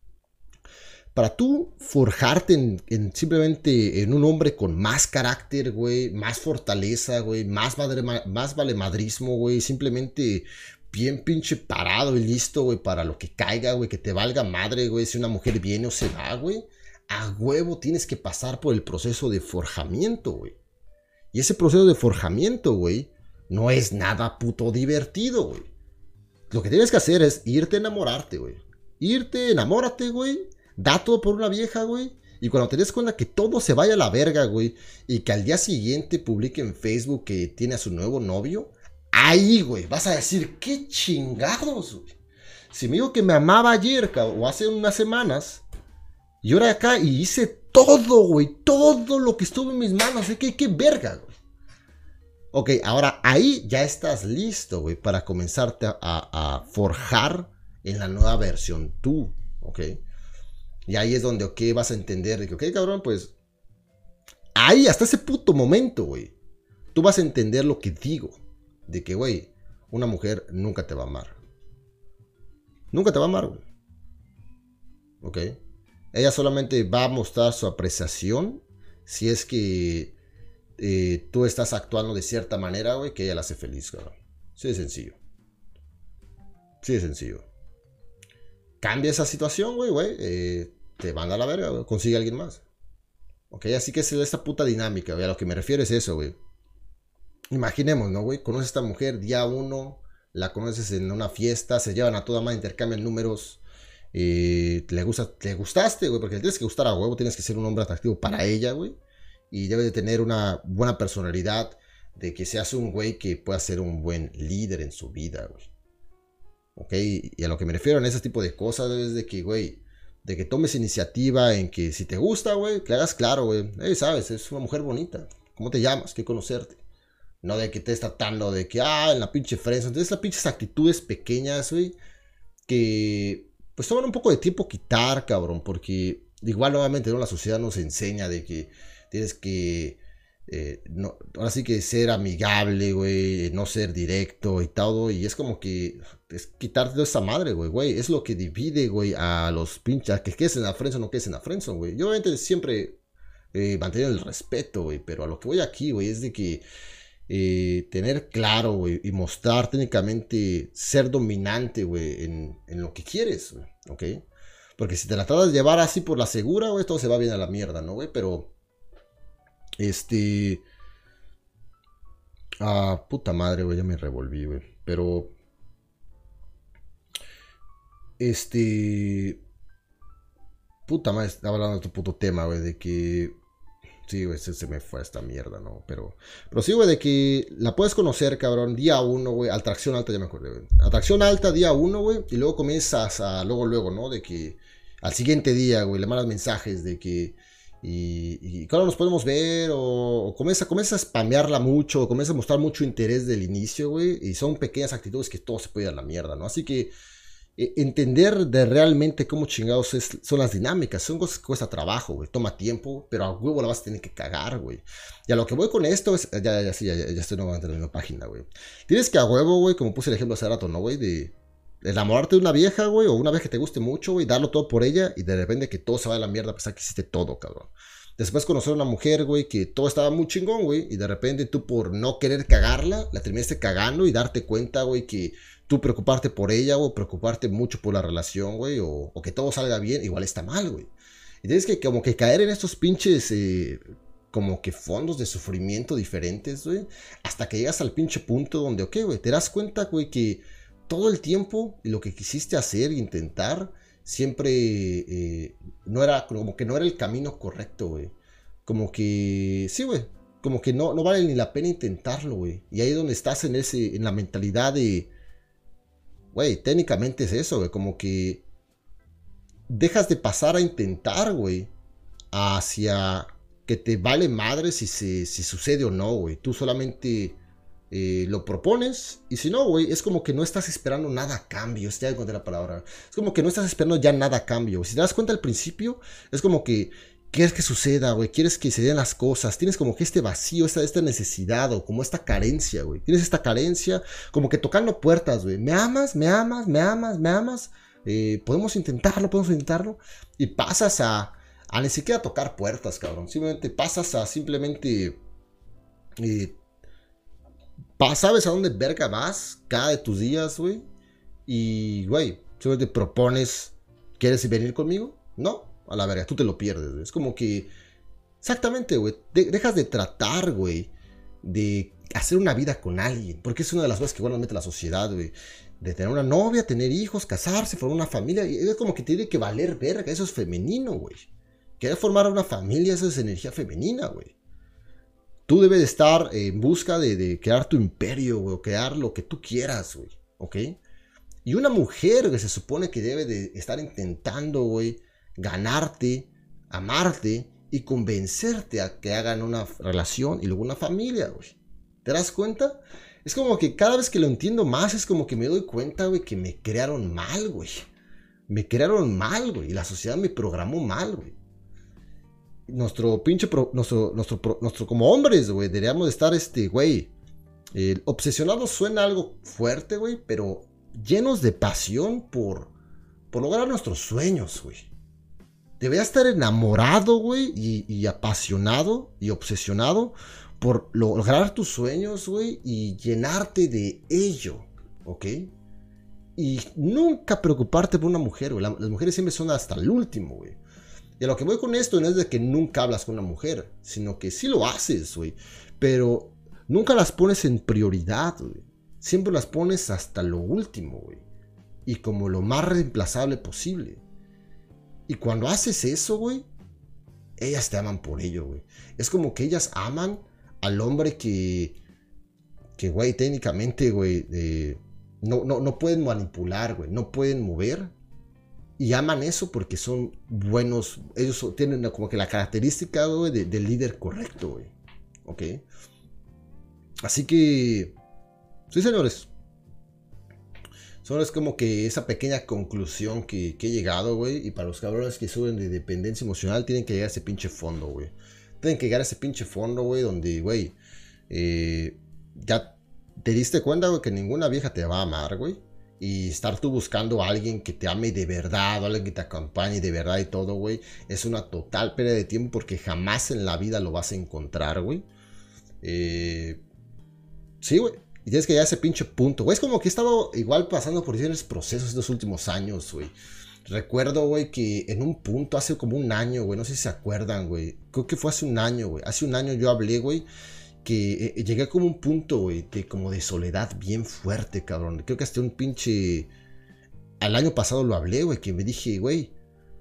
Para tú forjarte simplemente en un hombre con más carácter, güey, más fortaleza, güey, más valemadrismo, güey, simplemente bien pinche parado y listo, güey, para lo que caiga, güey, que te valga madre, güey, si una mujer viene o se va, güey, a huevo tienes que pasar por el proceso de forjamiento, güey. Y ese proceso de forjamiento, güey, no es nada puto divertido, güey. Lo que tienes que hacer es irte a enamorarte, güey. Enamórate, güey. Da todo por una vieja, güey. Y cuando te des cuenta que todo se vaya a la verga, güey, y que al día siguiente publique en Facebook que tiene a su nuevo novio, ahí, güey, vas a decir, qué chingados, güey. Si me dijo que me amaba ayer, cabrón, o hace unas semanas, y ahora acá y hice todo, güey, todo lo que estuvo en mis manos, qué verga, güey. Ok, ahora ahí ya estás listo, güey, para comenzarte a forjar en la nueva versión tú, ok. Y ahí es donde, ok, vas a entender de que, ok, cabrón, pues ahí, hasta ese puto momento, güey, tú vas a entender lo que digo. De que, güey, una mujer nunca te va a amar. Nunca te va a amar, güey. Ok. Ella solamente va a mostrar su apreciación si es que tú estás actuando de cierta manera, güey, que ella la hace feliz, cabrón. Sí de sencillo. Sí de sencillo. Cambia esa situación, güey, te manda a la verga, güey. Consigue a alguien más. Ok, así que es esta puta dinámica, güey. A lo que me refiero es eso, güey. Imaginemos, ¿no, güey? Conoces a esta mujer día 1, la conoces en una fiesta, se llevan a toda madre, intercambian números. Le gustaste, güey, porque le tienes que gustar a huevo, tienes que ser un hombre atractivo para ella, güey. Y debes de tener una buena personalidad, de que seas un güey que pueda ser un buen líder en su vida, güey. Ok, y a lo que me refiero en ese tipo de cosas es de que, güey, de que tomes iniciativa en que si te gusta, güey, que hagas claro, güey. Sabes, es una mujer bonita. ¿Cómo te llamas? Quiero conocerte. No de que estés tratando de que, en la pinche fresa. Entonces, las pinches actitudes pequeñas, güey, que pues toman un poco de tiempo quitar, cabrón. Porque igual, nuevamente, ¿no? La sociedad nos enseña de que tienes que, no, ahora sí que ser amigable, güey, no ser directo y todo. Y es como que es quitarte de esa madre, güey. Es lo que divide, güey, a los pinches, que quedes en la friendzone o no quedes en la friendzone, güey. Yo, obviamente, siempre mantener el respeto, güey. Pero a lo que voy aquí, güey, es de que tener claro, güey, y mostrar técnicamente ser dominante, güey, en lo que quieres, güey, ¿ok? Porque si te la tratas de llevar así por la segura, güey, todo se va bien a la mierda, ¿no, güey? Pero, puta madre, güey, ya me revolví, güey. Pero, puta madre, estaba hablando de tu puto tema, güey, de que sí, güey, se me fue esta mierda, ¿no? Pero sí, güey, de que la puedes conocer, cabrón, día 1, güey. Atracción alta, ya me acordé, güey. Atracción alta, día 1, güey. Y luego comienzas luego, ¿no? De que al siguiente día, güey, le mandas mensajes de que... Y claro, nos podemos ver, o comienza a spamearla mucho, o comienza a mostrar mucho interés del inicio, güey. Y son pequeñas actitudes que todo se puede ir a la mierda, ¿no? Así que entender de realmente cómo chingados son las dinámicas. Son cosas que cuesta trabajo, güey. Toma tiempo, pero a huevo la vas a tener que cagar, güey. Y a lo que voy con esto es. Ya estoy nuevamente en la misma página, güey. Tienes que a huevo, güey, como puse el ejemplo hace rato, ¿no, güey? De enamorarte de una vieja, güey, o una vez que te guste mucho, güey, darlo todo por ella y de repente que todo se va a la mierda a pesar que hiciste todo, cabrón. Después conocer a una mujer, güey, que todo estaba muy chingón, güey, y de repente tú por no querer cagarla, la terminaste cagando y darte cuenta, güey, que tú preocuparte por ella, o preocuparte mucho por la relación, güey, o que todo salga bien, igual está mal, güey. Y tienes que como que caer en estos pinches, como que fondos de sufrimiento diferentes, güey, hasta que llegas al pinche punto donde, ok, güey, te das cuenta, güey, que todo el tiempo y lo que quisiste hacer e intentar siempre no era, como que no era el camino correcto, güey. Como que, sí, güey, como que no vale ni la pena intentarlo, güey. Y ahí es donde estás en la mentalidad de, güey, técnicamente es eso, güey, como que dejas de pasar a intentar, güey, hacia que te vale madre si sucede o no, güey. Tú solamente lo propones y si no, güey, es como que no estás esperando nada a cambio. Ya encontré la palabra. Es como que no estás esperando ya nada a cambio. Si te das cuenta al principio, es como que quieres que suceda, güey, quieres que se den las cosas. Tienes como que este vacío, esta necesidad o como esta carencia, güey. Tienes esta carencia como que tocando puertas, güey. ¿Me amas? ¿Me amas? ¿Me amas? ¿Me amas? Podemos intentarlo. Y pasas a ni siquiera tocar puertas, cabrón. Simplemente pasas a simplemente... sabes a dónde verga vas cada de tus días, güey. Y, güey, simplemente propones, ¿quieres venir conmigo? No, a la verga, tú te lo pierdes, güey. Es como que, exactamente, güey, dejas de tratar, güey, de hacer una vida con alguien. Porque es una de las cosas que igual nos mete la sociedad, güey. De tener una novia, tener hijos, casarse, formar una familia. Y es como que tiene que valer verga, eso es femenino, güey. Querer formar una familia, eso es energía femenina, güey. Tú debes de estar en busca de crear tu imperio, güey, o crear lo que tú quieras, güey, ¿ok? Y una mujer que se supone que debe de estar intentando, güey, ganarte, amarte y convencerte a que hagan una relación y luego una familia, güey. ¿Te das cuenta? Es como que cada vez que lo entiendo más, es como que me doy cuenta, güey, que me crearon mal, güey. Me crearon mal, güey, y la sociedad me programó mal, güey. Nuestro pinche, nuestro como hombres, güey, deberíamos de estar, güey, obsesionados suena algo fuerte, güey, pero llenos de pasión por lograr nuestros sueños, güey. Debería estar enamorado, güey, y apasionado y obsesionado por lograr tus sueños, güey, y llenarte de ello, ¿ok? Y nunca preocuparte por una mujer, güey. Las mujeres siempre son hasta el último, güey. Y a lo que voy con esto no es de que nunca hablas con una mujer, sino que sí lo haces, güey. Pero nunca las pones en prioridad, güey. Siempre las pones hasta lo último, güey. Y como lo más reemplazable posible. Y cuando haces eso, güey, ellas te aman por ello, güey. Es como que ellas aman al hombre que güey, técnicamente, güey, no pueden manipular, güey. No pueden mover. Y aman eso porque son buenos. Ellos tienen como que la característica, güey, del líder correcto, güey. ¿Ok? Así que... sí, señores. Solo es como que esa pequeña conclusión que he llegado, güey. Y para los cabrones que suben de dependencia emocional, tienen que llegar a ese pinche fondo, güey. Tienen que llegar a ese pinche fondo, güey, donde, güey, ya te diste cuenta, güey, que ninguna vieja te va a amar, güey. Y estar tú buscando a alguien que te ame de verdad, o alguien que te acompañe de verdad y todo, güey, es una total pérdida de tiempo porque jamás en la vida lo vas a encontrar, güey. Sí, güey. Y tienes que llegar a ese pinche punto, güey. Es como que he estado igual pasando por diferentes procesos estos últimos años, güey. Recuerdo, güey, que en un punto, hace como un año, güey, no sé si se acuerdan, güey. Creo que fue hace un año, güey. Hace un año yo hablé, güey, que llegué como un punto, güey, como de soledad bien fuerte, cabrón. Creo que hasta un pinche... al año pasado lo hablé, güey, que me dije, güey,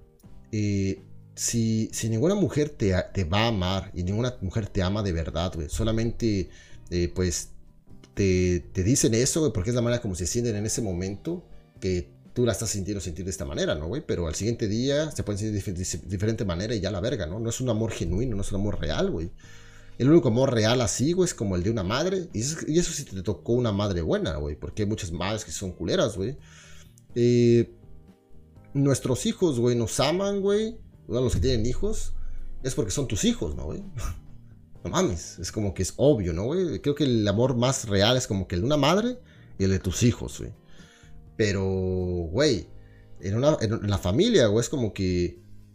si ninguna mujer te va a amar y ninguna mujer te ama de verdad, güey, solamente, pues, te dicen eso, güey, porque es la manera como se sienten en ese momento, que tú la estás sentir de esta manera, ¿no, güey? Pero al siguiente día se pueden sentir de diferente manera y ya la verga, ¿no? No es un amor genuino, no es un amor real, güey. El único amor real así, güey, es como el de una madre. Y eso sí te tocó una madre buena, güey. Porque hay muchas madres que son culeras, güey. Eh, Nuestros hijos, güey, nos aman, güey. Bueno, los que tienen hijos, es porque son tus hijos, ¿no, güey? No mames, es como que es obvio, ¿no, güey? Creo que el amor más real es como que el de una madre y el de tus hijos, güey. Pero, güey, en la familia, güey, es como que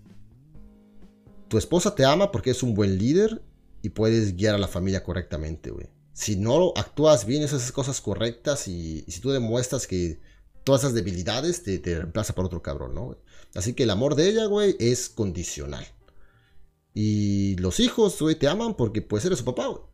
tu esposa te ama porque es un buen líder y puedes guiar a la familia correctamente, güey. Si no actúas bien esas cosas correctas y si tú demuestras que todas esas debilidades te reemplaza por otro cabrón, ¿no, güey? Así que el amor de ella, güey, es condicional. Y los hijos, güey, te aman porque pues eres su papá, güey.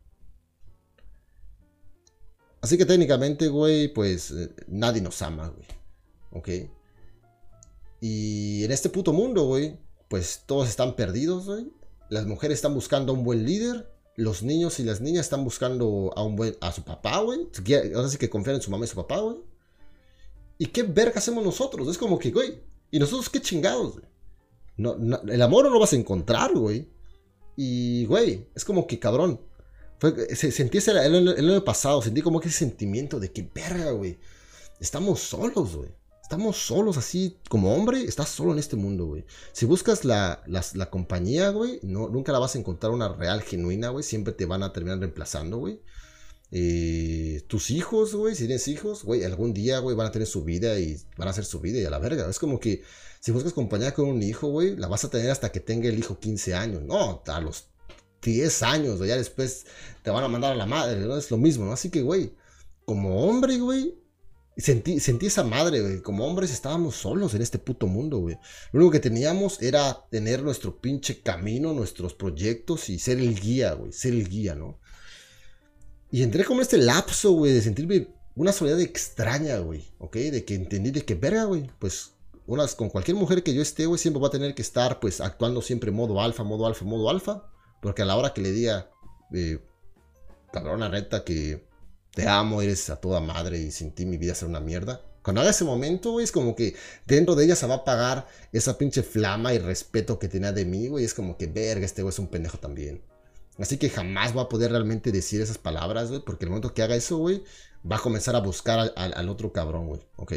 Así que técnicamente, güey, pues nadie nos ama, güey. ¿Ok? Y en este puto mundo, güey, pues todos están perdidos, güey. Las mujeres están buscando a un buen líder. Los niños y las niñas están buscando a su papá, güey. Ahora sí que confían en su mamá y su papá, güey. ¿Y qué verga hacemos nosotros? Es como que, güey, ¿y nosotros qué chingados, güey? El amor no lo vas a encontrar, güey. Y, güey, es como que, cabrón. Sentí el año pasado, sentí como que ese sentimiento de que, verga, güey. Estamos solos, güey. Estamos solos así, como hombre, estás solo en este mundo, güey. Si buscas la compañía, güey, nunca la vas a encontrar una real, genuina, güey. Siempre te van a terminar reemplazando, güey. Tus hijos, güey, si tienes hijos, güey, algún día, güey, van a tener su vida y van a hacer su vida y a la verga. Es como que si buscas compañía con un hijo, güey, la vas a tener hasta que tenga el hijo 15 años. No, a los 10 años, o ya después te van a mandar a la madre, ¿no? Es lo mismo, ¿no? Así que, güey, como hombre, güey, sentí esa madre, güey. Como hombres estábamos solos en este puto mundo, güey. Lo único que teníamos era tener nuestro pinche camino, nuestros proyectos y ser el guía, güey. Ser el guía, ¿no? Y entré como en este lapso, güey, de sentirme una soledad extraña, güey. ¿Ok? De que entendí de que, verga, güey, pues con cualquier mujer que yo esté, güey, siempre va a tener que estar, pues, actuando siempre modo alfa, modo alfa, modo alfa. Porque a la hora que le diga, cabrona neta, que te amo, eres a toda madre y sin ti mi vida será una mierda. Cuando haga ese momento, güey, es como que dentro de ella se va a apagar esa pinche flama y respeto que tenía de mí, güey. Es como que, verga, este güey es un pendejo también. Así que jamás va a poder realmente decir esas palabras, güey. Porque el momento que haga eso, güey, va a comenzar a buscar al otro cabrón, güey. ¿Ok?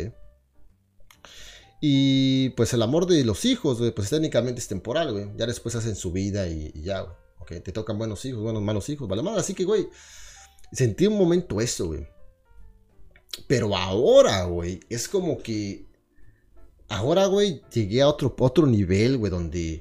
Y pues el amor de los hijos, güey, pues técnicamente es temporal, güey. Ya después hacen su vida y ya, güey. ¿Ok? Te tocan buenos hijos, buenos malos hijos, vale madre. Así que, güey, sentí un momento eso, güey. Pero ahora, güey, es como que... Ahora, güey, llegué a otro nivel, güey, donde...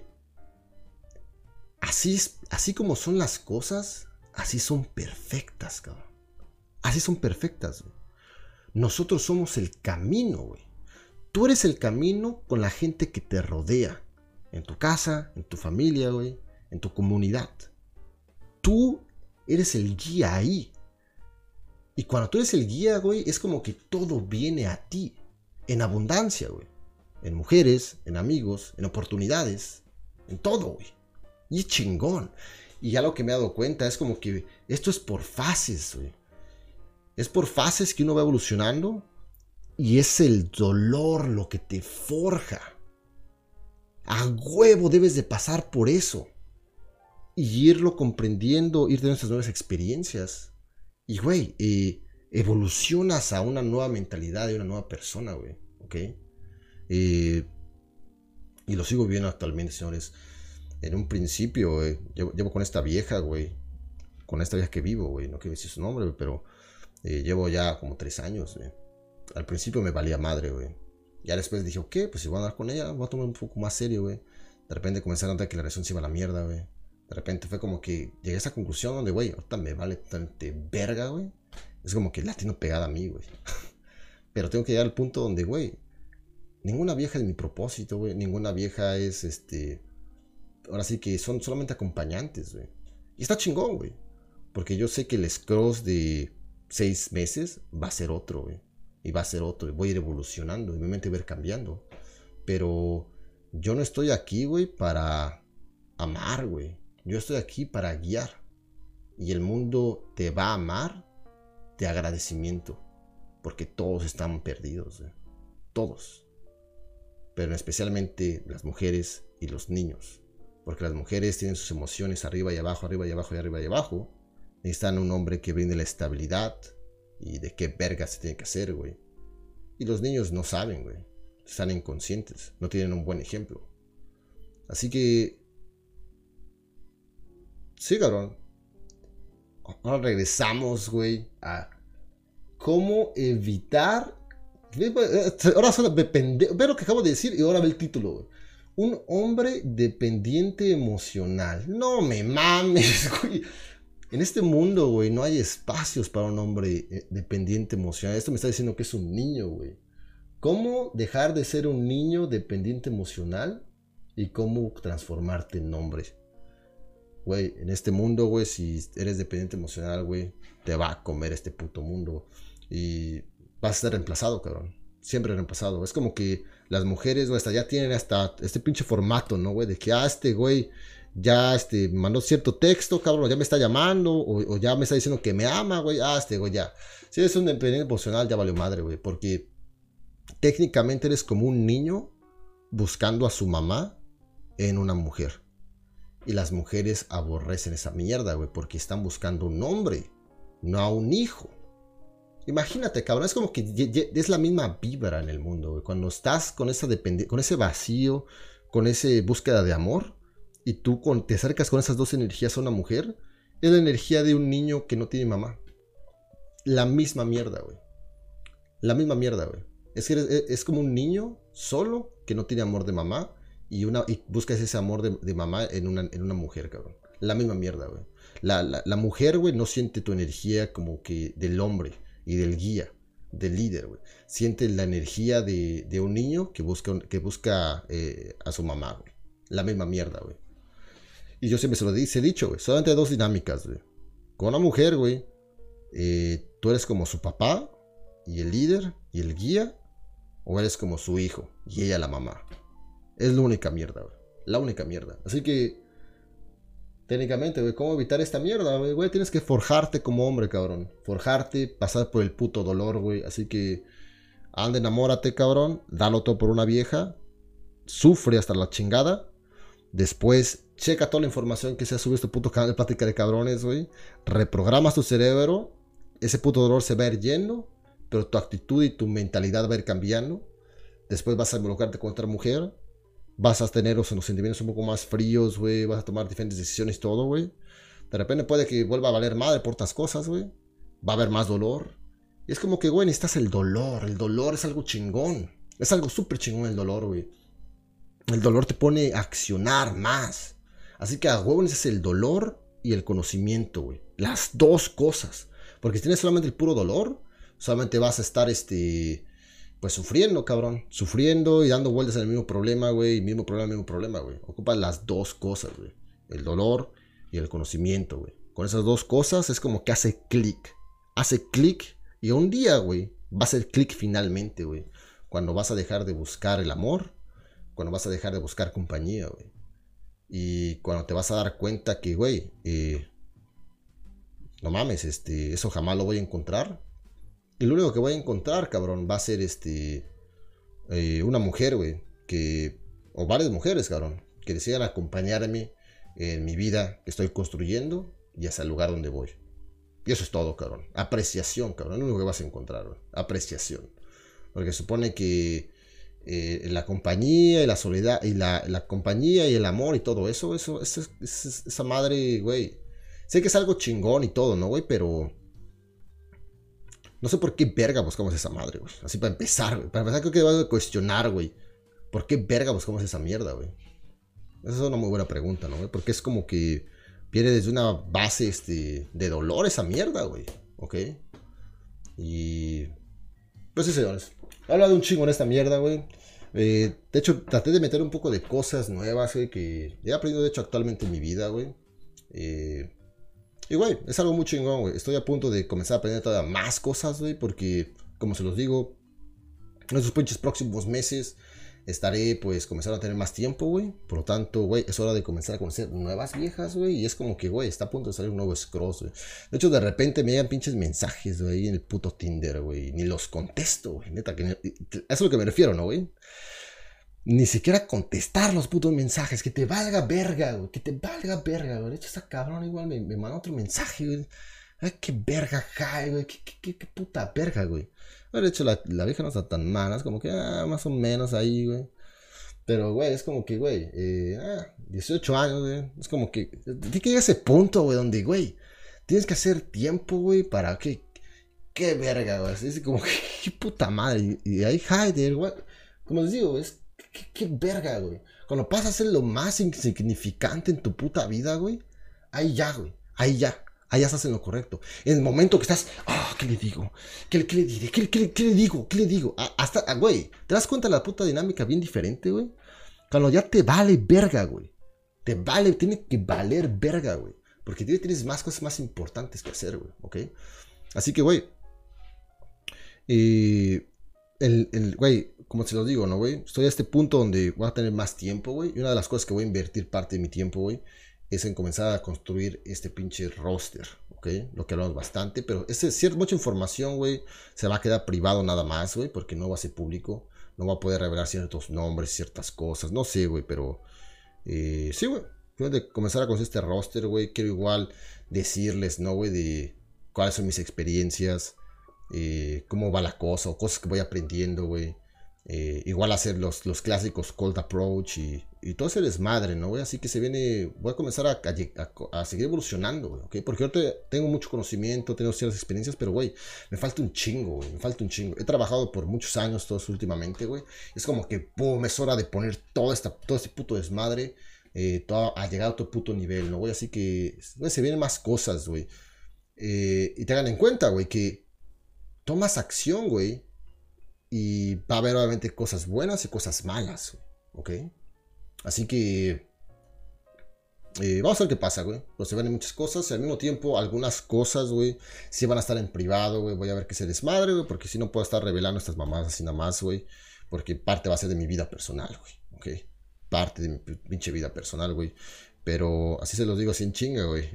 Así como son las cosas, así son perfectas, cabrón. Así son perfectas, güey. Nosotros somos el camino, güey. Tú eres el camino con la gente que te rodea. En tu casa, en tu familia, güey. En tu comunidad. Tú eres el guía ahí. Y cuando tú eres el guía, güey, es como que todo viene a ti. En abundancia, güey. En mujeres, en amigos, en oportunidades. En todo, güey. Y es chingón. Y ya lo que me he dado cuenta es como que esto es por fases, güey. Es por fases que uno va evolucionando. Y es el dolor lo que te forja. A huevo debes de pasar por eso. Y irlo comprendiendo, ir teniendo estas nuevas experiencias. Y, güey, evolucionas a una nueva mentalidad de una nueva persona, güey. ¿Ok? Y lo sigo viendo actualmente, señores. En un principio, llevo con esta vieja, güey. Con esta vieja que vivo, güey. No quiero decir su nombre, pero llevo ya como 3 años, güey. Al principio me valía madre, güey. Ya después dije, ok, pues si voy a andar con ella, voy a tomar un poco más serio, güey. De repente comencé a notar que la relación se iba a la mierda, güey. De repente fue como que llegué a esa conclusión donde, güey, ahorita me vale totalmente verga, güey. Es como que la tengo pegada a mí, güey. Pero tengo que llegar al punto donde, güey, ninguna vieja es mi propósito, güey. Ninguna vieja es, ahora sí que son solamente acompañantes, güey. Y está chingón, güey. Porque yo sé que el Scrolls de 6 meses va a ser otro, güey. Y va a ser otro. Y voy a ir evolucionando. Y mi mente va a ir cambiando. Pero yo no estoy aquí, güey, para amar, güey. Yo estoy aquí para guiar. Y el mundo te va a amar de agradecimiento. Porque todos están perdidos, güey. Todos. Pero especialmente las mujeres y los niños. Porque las mujeres tienen sus emociones arriba y abajo, arriba y abajo y arriba y abajo. Necesitan un hombre que brinde la estabilidad y de qué verga se tiene que hacer, güey. Y los niños no saben, güey. están inconscientes, no tienen un buen ejemplo. Así que, sí, cabrón. Ahora regresamos, güey, a cómo evitar. Ahora solo depende. Ve lo que acabo de decir y ahora ve el título, güey. Un hombre dependiente emocional. No me mames, güey. En este mundo, güey, no hay espacios para un hombre dependiente emocional. Esto me está diciendo que es un niño, güey. ¿Cómo dejar de ser un niño dependiente emocional y cómo transformarte en hombre? Güey, en este mundo, güey, si eres dependiente emocional, güey, te va a comer este puto mundo. Y vas a ser reemplazado, cabrón. Siempre reemplazado. Es como que las mujeres, güey, hasta ya tienen hasta este pinche formato, ¿no, güey? De que, este güey ya mandó cierto texto, cabrón, ya me está llamando, o ya me está diciendo que me ama, güey. Este güey ya. Si eres un dependiente emocional, ya valió madre, güey. Porque técnicamente eres como un niño buscando a su mamá en una mujer. Y las mujeres aborrecen esa mierda, güey, porque están buscando un hombre, no a un hijo. Imagínate, cabrón, es como que es la misma vibra en el mundo, güey. Cuando estás con esa con ese vacío, con esa búsqueda de amor, y tú te acercas con esas dos energías a una mujer, es la energía de un niño que no tiene mamá. La misma mierda, güey. La misma mierda, güey. Es como un niño solo que no tiene amor de mamá y buscas ese amor de mamá en una mujer, cabrón. La misma mierda, güey. La mujer, güey, no siente tu energía como que del hombre y del guía, del líder, güey. Siente la energía de un niño que busca a su mamá, güey. La misma mierda, güey. Y yo siempre se lo he dicho, güey. Solamente hay dos dinámicas, güey. Con una mujer, güey, tú eres como su papá y el líder y el guía, o eres como su hijo y ella la mamá. Es la única mierda, güey. La única mierda. Así que, técnicamente, güey, ¿cómo evitar esta mierda, güey? Tienes que forjarte como hombre, cabrón. Forjarte, pasar por el puto dolor, güey. Así que, anda, enamórate, cabrón. Dalo todo por una vieja. Sufre hasta la chingada. Después, checa toda la información que se ha subido a este puto canal de Plática de Cabrones, güey. Reprogramas tu cerebro. Ese puto dolor se va a ir yendo, pero tu actitud y tu mentalidad va a ir cambiando. Después vas a involucrarte con otra mujer. Vas a tener los sentimientos un poco más fríos, güey. Vas a tomar diferentes decisiones y todo, güey. De repente puede que vuelva a valer madre por otras cosas, güey. Va a haber más dolor. Y es como que, güey, necesitas el dolor. El dolor es algo chingón. Es algo súper chingón el dolor, güey. El dolor te pone a accionar más. Así que a huevo necesitas el dolor y el conocimiento, güey. Las dos cosas. Porque si tienes solamente el puro dolor, solamente vas a estar, pues sufriendo, cabrón. Sufriendo y dando vueltas en el mismo problema, güey. Mismo problema, güey. Ocupas las dos cosas, güey. El dolor y el conocimiento, güey. Con esas dos cosas es como que hace clic. Hace clic y un día, güey, va a hacer clic finalmente, güey. Cuando vas a dejar de buscar el amor. Cuando vas a dejar de buscar compañía, güey. Y cuando te vas a dar cuenta que, güey, no mames, eso jamás lo voy a encontrar. Y lo único que voy a encontrar, cabrón, va a ser una mujer, güey, o varias mujeres, cabrón, que decidan acompañarme en mi vida que estoy construyendo y hacia el lugar donde voy. Y eso es todo, cabrón. Apreciación, cabrón, es lo único que vas a encontrar, güey. Apreciación. Porque supone que la compañía y la soledad y la compañía y el amor y todo eso, esa madre, güey. Sé que es algo chingón y todo, ¿no, güey? Pero no sé por qué verga buscamos esa madre, güey. Así para empezar, güey. Para empezar creo que debo de cuestionar, güey. ¿Por qué verga buscamos esa mierda, güey? Esa es una muy buena pregunta, ¿no, güey? Porque es como que viene desde una base de dolor esa mierda, güey. ¿Ok? Y pues sí, señores. Habla de un chingo en esta mierda, güey. De hecho, traté de meter un poco de cosas nuevas, güey, que he aprendido, de hecho, actualmente en mi vida, güey. Y, güey, es algo muy chingón, güey. Estoy a punto de comenzar a aprender todavía más cosas, güey, porque, como se los digo, en esos pinches próximos meses estaré, pues, comenzando a tener más tiempo, güey. Por lo tanto, güey, es hora de comenzar a conocer nuevas viejas, güey. Y es como que, güey, está a punto de salir un nuevo Scrolls, güey. De hecho, de repente me llegan pinches mensajes, güey, en el puto Tinder, güey. Ni los contesto, güey. Neta, eso es lo que me refiero, ¿no, güey? Ni siquiera contestar los putos mensajes. Que te valga verga, güey. Que te valga verga, güey. De hecho, esta cabrón igual me mandó otro mensaje, güey. Ay, qué verga high, güey. Qué puta verga, güey. Bueno, de hecho, la vieja no está tan mala. Es como que, más o menos ahí, güey. Pero, güey, es como que, güey, 18 años, güey. Es como que, tiene que llegar a ese punto, güey, donde, güey, tienes que hacer tiempo, güey, para que, qué verga, güey. Es como que, qué puta madre. Y ahí Heider, güey. Como les digo, es, qué verga, güey. Cuando pasas a ser lo más insignificante en tu puta vida, güey, ahí ya, güey. Ahí ya. Ahí ya estás en lo correcto. En el momento que estás, ¿qué le digo? ¿Qué le diré? ¿Qué le digo? ¿Qué le digo? Güey, ¿te das cuenta de la puta dinámica bien diferente, güey? Cuando ya te vale verga, güey. Te vale, tiene que valer verga, güey. Porque tienes más cosas más importantes que hacer, güey, ¿ok? Así que, güey, güey, como se lo digo, ¿no, güey? Estoy a este punto donde voy a tener más tiempo, güey. Y una de las cosas que voy a invertir parte de mi tiempo, güey, es en comenzar a construir este pinche roster, ¿ok? Lo que hablamos bastante, pero mucha información, güey, se va a quedar privado nada más, güey, porque no va a ser público. No va a poder revelar ciertos nombres, ciertas cosas, no sé, güey, pero sí, güey. Quiero de comenzar a conocer este roster, güey. Quiero igual decirles, ¿no, güey? De cuáles son mis experiencias, cómo va la cosa, o cosas que voy aprendiendo, güey. Igual hacer los clásicos cold approach y todo ese desmadre, ¿no, güey? Así que voy a comenzar a seguir evolucionando, güey, ¿ok? Porque ahorita tengo mucho conocimiento, tengo ciertas experiencias, pero, güey, me falta un chingo, güey, me falta un chingo. He trabajado por muchos años todos últimamente, güey. Es como que, pum, es hora de poner todo este puto desmadre, a llegar a otro puto nivel, ¿no, güey? Así que, güey, se vienen más cosas, güey. Y tengan en cuenta, güey, que tomas acción, güey, y va a haber obviamente cosas buenas y cosas malas, ¿ok? Así que vamos a ver qué pasa, güey. Pues se ven muchas cosas y al mismo tiempo algunas cosas, güey, sí van a estar en privado, güey. Voy a ver qué se desmadre, güey, porque si no puedo estar revelando estas mamadas así nada más, güey. Porque parte va a ser de mi vida personal, güey, ¿ok? Parte de mi pinche vida personal, güey. Pero así se los digo sin chinga, güey.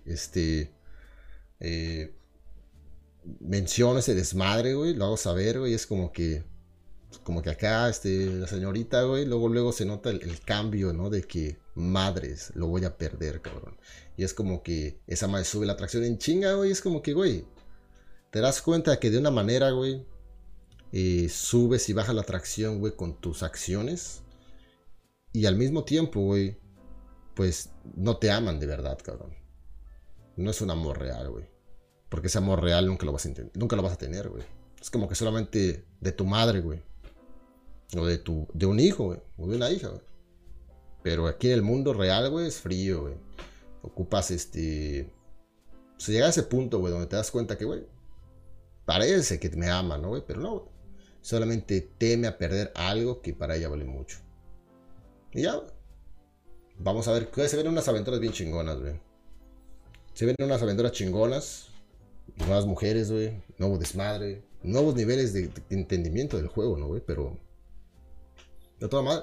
Menciono ese desmadre, güey. Lo hago saber, güey. Es como que acá, la señorita, güey, luego se nota el cambio, ¿no? De que, madres, lo voy a perder, cabrón. Y es como que esa madre sube la atracción en chinga, güey. Es como que, güey, te das cuenta que de una manera, güey, subes y bajas la atracción, güey, con tus acciones. Y al mismo tiempo, güey, pues no te aman de verdad, cabrón. No es un amor real, güey. Porque ese amor real nunca lo vas a tener, güey. Es como que solamente de tu madre, güey. O de un hijo, güey. O de una hija, güey. Pero aquí en el mundo real, güey, es frío, güey. Ocupas Se llega a ese punto, güey, donde te das cuenta que, güey, parece que me ama, ¿no, güey? Pero no, güey. Solamente teme a perder algo que para ella vale mucho. Y ya, güey. Vamos a ver, se ven unas aventuras bien chingonas, güey. Se ven unas aventuras chingonas. Nuevas mujeres, güey. Nuevo desmadre. Nuevos niveles de entendimiento del juego, ¿no, güey? Pero de toda madre.